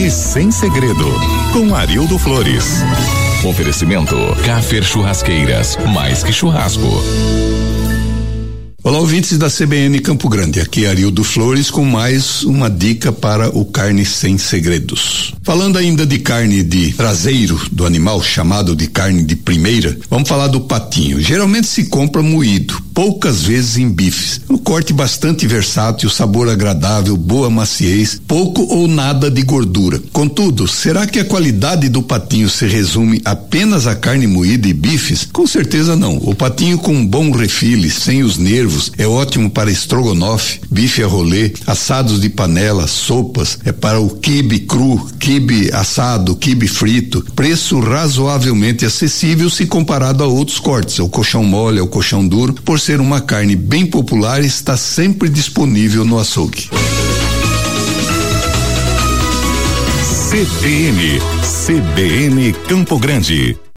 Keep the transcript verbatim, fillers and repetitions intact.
Carne Sem Segredo, com Arildo Flores. Oferecimento Café Churrasqueiras, mais que churrasco. Olá, ouvintes da C B N Campo Grande, aqui é Arildo Flores com mais uma dica para o Carne Sem Segredos. Falando ainda de carne de traseiro do animal, chamado de carne de primeira, vamos falar do patinho. Geralmente se compra moído, poucas vezes em bifes. Um corte bastante versátil, sabor agradável, boa maciez, pouco ou nada de gordura. Contudo, será que a qualidade do patinho se resume apenas a carne moída e bifes? Com certeza não. O patinho com um bom refile, sem os nervos, é ótimo para estrogonofe, bife a rolê, assados de panela, sopas, é para o quibe cru, quibe assado, quibe frito. Preço razoavelmente acessível se comparado a outros cortes, o colchão mole, o colchão duro, por ser uma carne bem popular, está sempre disponível no açougue. C B N, C B N Campo Grande.